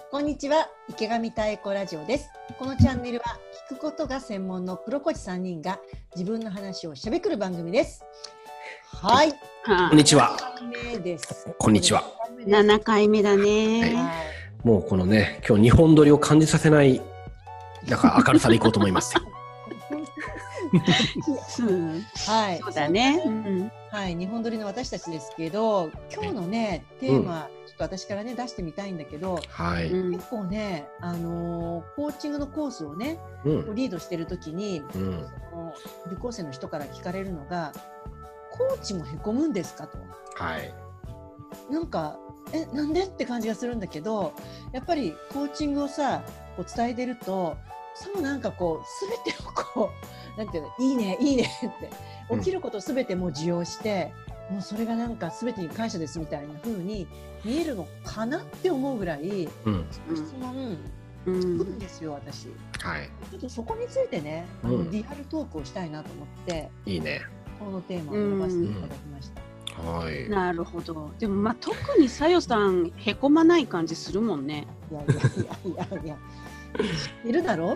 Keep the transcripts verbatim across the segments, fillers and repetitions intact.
こんにちは、池上太子ラジオです。このチャンネルは聞くことが専門のプロコーチさんにんが自分の話をしゃべくる番組です。はい。 こんにちは。こんにちは。 ななかいめだね、 はい。もうこのね、今日日本撮りを感じさせないなんか明るさでいこうと思いますよ。 うん、はい、そうだね、うん、 はい、日本撮りの私たちですけど、今日のねテーマ、うん、ちょっと私からね出してみたいんだけど、 はい、 結構ね、あのー、コーチングのコースをね、うん、リードしてる時に、うん、その受講生の人から聞かれるのが、コーチもへこむんですかと、はい、なんかえなんでって感じがするんだけど、やっぱりコーチングをさこう伝えてると、さもなんかこう全てをこうなんていうの、いいねいいねって起きることすべてもう受容して、うん、もうそれがなんかすべてに感謝ですみたいな風に見えるのかなって思うぐらい、うん、その質問聞くんですよ、私、はい、ちょっとそこについてね、うん、リアルトークをしたいなと思って、 いいね、 このテーマを選ばせていただきました。 うん、はい、なるほど。でもまあ特にさよさんへこまない感じするもんね。 いやいやいやいやいやいるだろ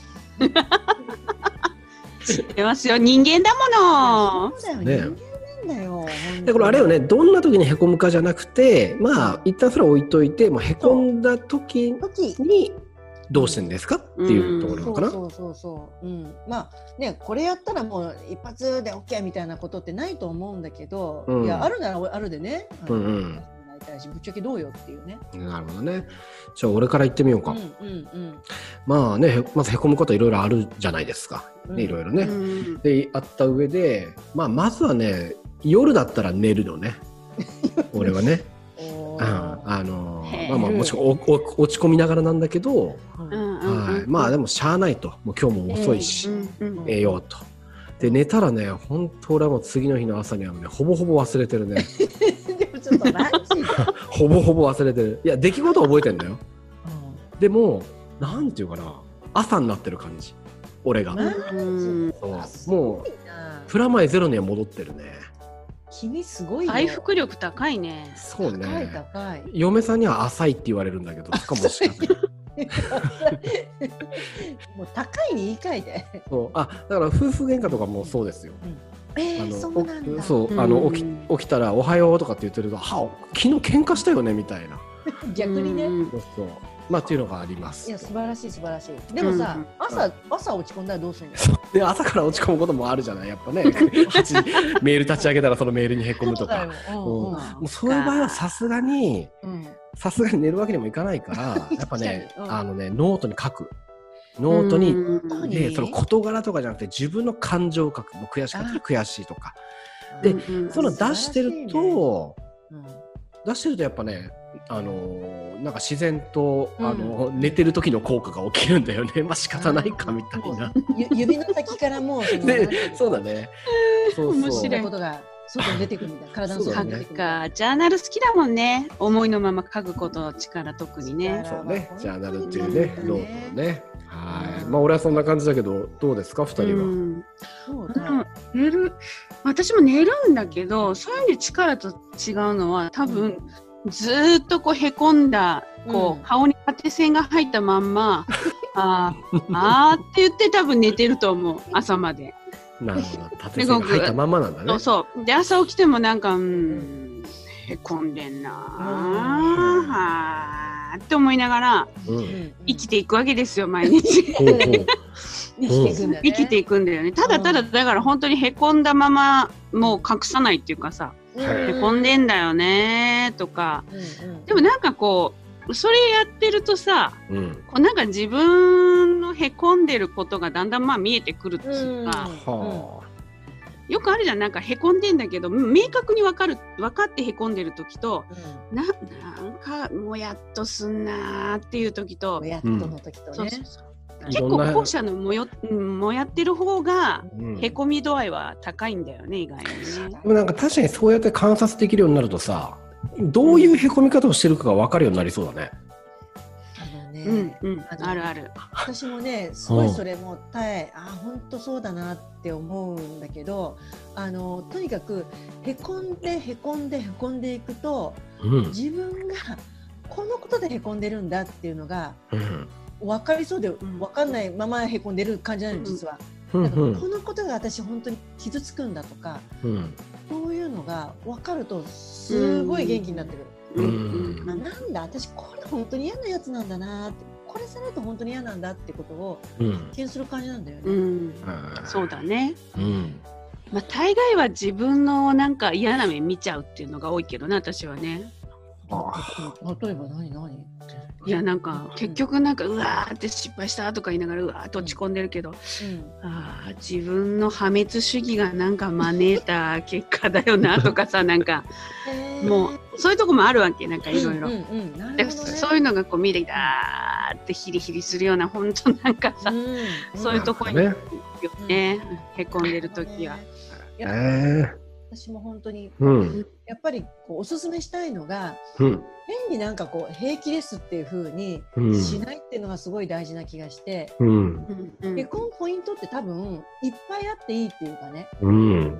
知ってますよ、人間だもの。 そうだよ、ね、人間なんだよ。 でこれあれよね、どんな時にへこむかじゃなくて、まあ一旦それ置いといて、まあ、へこんだ時にどうしてんですかっていうところなのかな。 そうそうそうそう、うん、まあね、これやったらもう一発で OK みたいなことってないと思うんだけど、うん、いやあるならあるでね、うんうん、ぶっちゃけどうよっていうね。 なるほどね。じゃあ俺から言ってみようか。うんうんうん、まあね、まずへこむこといろいろあるじゃないですか。いろいろね、うん、であった上で、まあまずはね、夜だったら寝るのね。俺はね。ああのまあまあもちろん落ち込みながらなんだけど、はい、まあでもしゃあないと、もう今日も遅いし、寝ようと。で寝たらね、本当俺はもう次の日の朝にはね、ほぼほぼ忘れてるね。 でもちょっとマジほぼほぼ忘れてる。いや、出来事は覚えてんだよ。うん、でもなんていうかな、朝になってる感じ。俺が。そうもうプラマイゼロには戻ってるね。 君すごいよ。 回復力高いね。 そうね。 高い高い。 嫁さんには浅いって言われるんだけど、しかもしかもう高いに言い換えて。 そう、あ、だから夫婦喧嘩とかもそうですよ。 うん、えー、そうなんだ。 そう、あの起き起きたらおはようとかって言ってると、は、昨日喧嘩したよねみたいな。 逆にね。 そうそう。まあっていうのがあります。 いや素晴らしい素晴らしい。でもさ、うん、朝朝落ち込んだらどうするの？ で朝から落ち込むこともあるじゃない、やっぱね。はちじメール立ち上げたらそのメールにへこむとか。そう、うんうん、もうそういう場合はさすがにさすがに寝るわけにもいかないから、やっぱね、うん、あのねノートに書く。ノートにでその事柄とかじゃなくて自分の感情を書く。もう悔しかったら悔しいとか。で、うん、その出してると、ね、うん、出してるとやっぱね。あのー、なんか自然と、うん、あの寝てる時の効果が起きるんだよね。まあ仕方ないかみたいな。 指の先からもうそのでそうだね。 そうそう面白いことが外に出てくるみたいな。体の外に出てくる。 かジャーナル好きだもんね。思いのまま書くことの力特にね。 そうね。ジャーナルっていうね、ノートをね。はい。まあ俺はそんな感じだけど、どうですかふたりは。うん、 そうだ。寝る。私も寝るんだけど、そういう意味で力と違うのは多分。うん、ずーっとこうへこんだこう、うん、顔に縦線が入ったまんまあーあーって言って多分寝てると思う、朝まで。 なるほど、縦線が入ったまんまなんだね。 そうそうで朝起きてもなんか、うん、へこんでんなあって思いながら、うん、生きていくわけですよ毎日。 生きていくんだね。 生きていくんだよね。ただただだから本当にへこんだままもう隠さないっていうかさ、へこんでんだよねとか、うんうん、でもなんかこうそれやってるとさ、うん、こうなんか自分のへこんでることがだんだんまあ見えてくるっていうか、うんうん、よくあるじゃん、なんかへこんでんだけど明確に分かる分かってへこんでる時と、うん、な, なんかもやっとすんなーっていう時と、 もやっとの時とね、そうそうそう、 結構後者のもよ、もやってる方がへこみ度合いは高いんだよね、うん、意外にね。 でもなんか確かにそうやって観察できるようになるとさ、どういうへこみ方をしてるかが分かるようになりそうだね。 あのね、 うんうん、あ, あるある。 私もね、すごいそれも耐え、あ、本当そうだなって思うんだけど、あのとにかくへこんでへこんでへこんでいくと、うん、自分がこのことでへこんでるんだっていうのが、うん、分かりそうで分かんないままへこんでる感じなの実は、うんうん、このことが私本当に傷つくんだとか、うん、そういうのが分かるとすごい元気になってくる、うんうん、なんだ私これ本当に嫌なやつなんだなって、これされると本当に嫌なんだってことを発見する感じなんだよね、うんうん、 そうだね、うんまあ、大概は自分のなんか嫌な目見ちゃうっていうのが多いけどね私はね。 あ例えば何何いやなんか結局なんかうわーって失敗したとか言いながらうわーって落ち込んでるけど、うん、あ自分の破滅主義がなんか招いた結果だよなとかさなんかもうそういうとこもあるわけなんかいろいろそういうのがこう見てあーってヒリヒリするような本当なんかさ、うん、そういうとこによね、うん、へこんでる時は。 えー私も本当に、うん、やっぱりこうおすすめしたいのが、うん、変になんかこう平気ですっていう風にしないっていうのがすごい大事な気がして、うん、結婚ポイントって多分いっぱいあっていいっていうかね、うん、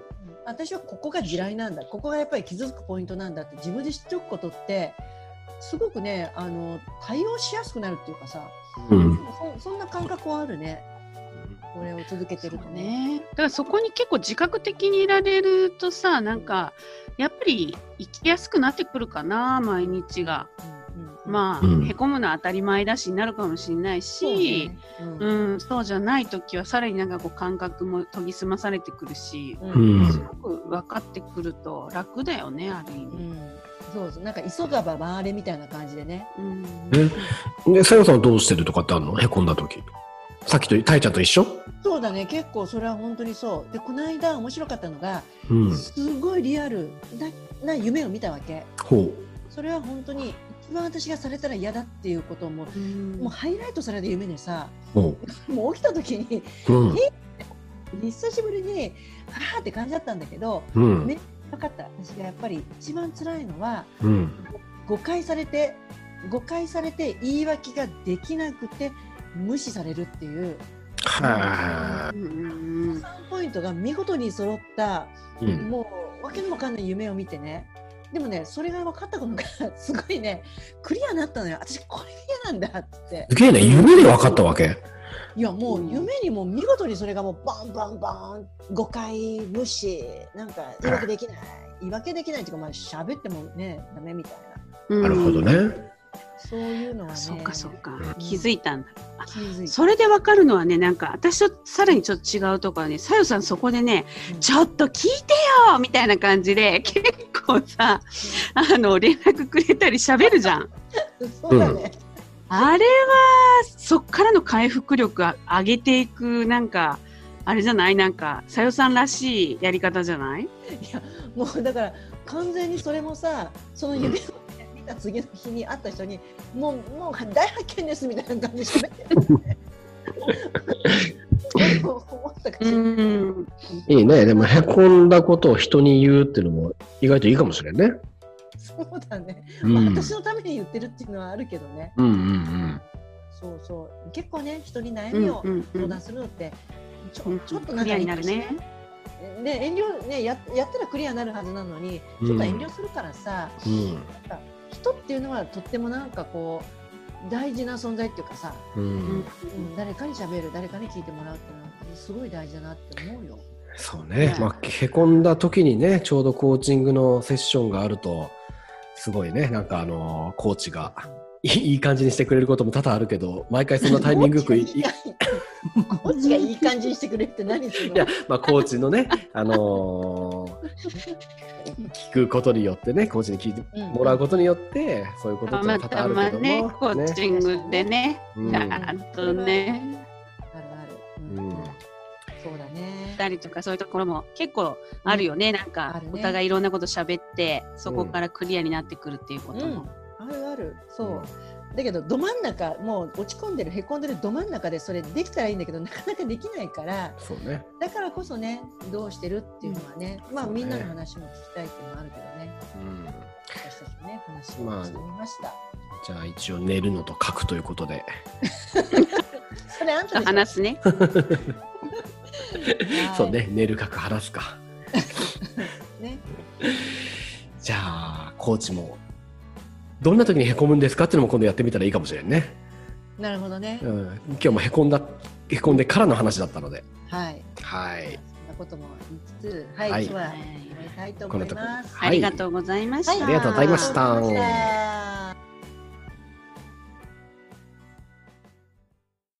私はここが地雷なんだ、ここがやっぱり傷つくポイントなんだって自分で知っておくことってすごくねあの対応しやすくなるっていうかさ、うん、そ, そんな感覚はあるね。これを続けてるとね。 だからそこに結構自覚的にいられるとさなんかやっぱり生きやすくなってくるかな毎日が、うんうんうん、まあ、うん、へこむのは当たり前だしになるかもしれないしそう、ねうんうん、そうじゃない時はさらになんかこう感覚も研ぎ澄まされてくるし、うん、すごく分かってくると楽だよねある意味、うん、 そうそうなんか急がば回れみたいな感じでね、うん、 でさよさんはどうしてるとかってあるのへこんだ時さっきとたいちゃんと一緒？ そうだね結構それは本当にそうでこの間面白かったのが、うん、すごいリアル な, な夢を見たわけ。ほうそれは本当に一番私がされたら嫌だっていうことも、うん、もうハイライトされた夢でさもう起きた時に、うん、久しぶりにはーって感じだったんだけど、うん、めっちゃ分かった私がやっぱり一番辛いのは、うん、誤解されて誤解されて言い訳ができなくて無視されるっていうはさんポイントが見事に揃った、うん、もうわけのわかんない夢を見てねでもねそれが分かったことがすごいねクリアになったのよ。私これが嫌なんだってすげえね夢で分かったわけいやもう夢にも見事にそれがもうバンバンバン誤解無視なんか言い訳できない言い訳できないっていうかまあ喋ってもねダメみたいな、うん、なるほどねそういうのはね。 そうかそうか、うん、気づいたんだ。気づいたそれで分かるのはねなんか私とさらにちょっと違うところはねさよさんそこでね、うん、ちょっと聞いてよみたいな感じで結構さ、うん、あの連絡くれたり喋るじゃん。 そうだね。 あれはそっからの回復力上げていくなんかあれじゃないなんかさよさんらしいやり方じゃない？いやもうだから完全にそれもさその夢を次の日に会った人にもうもう大発見ですみたいな感じで喋ってるんでいいねでもへこんだことを人に言うっていうのも意外といいかもしれんね。 そうだね、まあ、私のために言ってるっていうのはあるけどね、うんうんうん、そうそう結構ね人に悩みを相談するのってち ょ,、うんうん、ちょっとなんかクリアになるねで遠慮ね や, やったらクリアになるはずなのにちょっと遠慮するからさ、うんうん、なんか人っていうのはとってもなんかこう大事な存在っていうかさ、うんうん、誰かに喋る誰かに聞いてもらうっていうのはすごい大事だなって思うよ。 そうね、ねまあ、へこんだ時にねちょうどコーチングのセッションがあるとすごいねなんかあのコーチがいい感じにしてくれることも多々あるけど毎回そんなタイミングよくいコーチがいい感じにしてくれるって何するの？ いや、まあ、コーチのね、あのー、聞くことによってねコーチに聞いてもらうことによって、うん、そういうことって多々あるけども、ね、 コーチングでねあとねあるある、うんうん、そうだねたりとかそういうところも結構あるよね、うん、なんか、ね、お互いいろんなこと喋ってそこからクリアになってくるっていうことも、 うん、あるあるそう、うんだけどど真ん中もう落ち込んでるへこんでるど真ん中でそれできたらいいんだけどなかなかできないからそう、ね、 だからこそねどうしてるっていうのはね、うん、まあ、ね、みんなの話も聞きたいっていうのもあるけどね、うん、私たちね話をしてみました、まあ、 じゃあ一応寝るのと書くということでそれあんたでしょ話すねそうね寝る書く話すかねじゃあコーチもどんな時にへこむんですかっていうのも今度やってみたらいいかもしれんね。 なるほどね。 うん、今日もへこんだへこんでからの話だったので、 はいはい。 そんなことも言いつつ、はい、はい、今日は終わりたいと思います。 はい、ありがとうございました。 はい、ありがとうございました。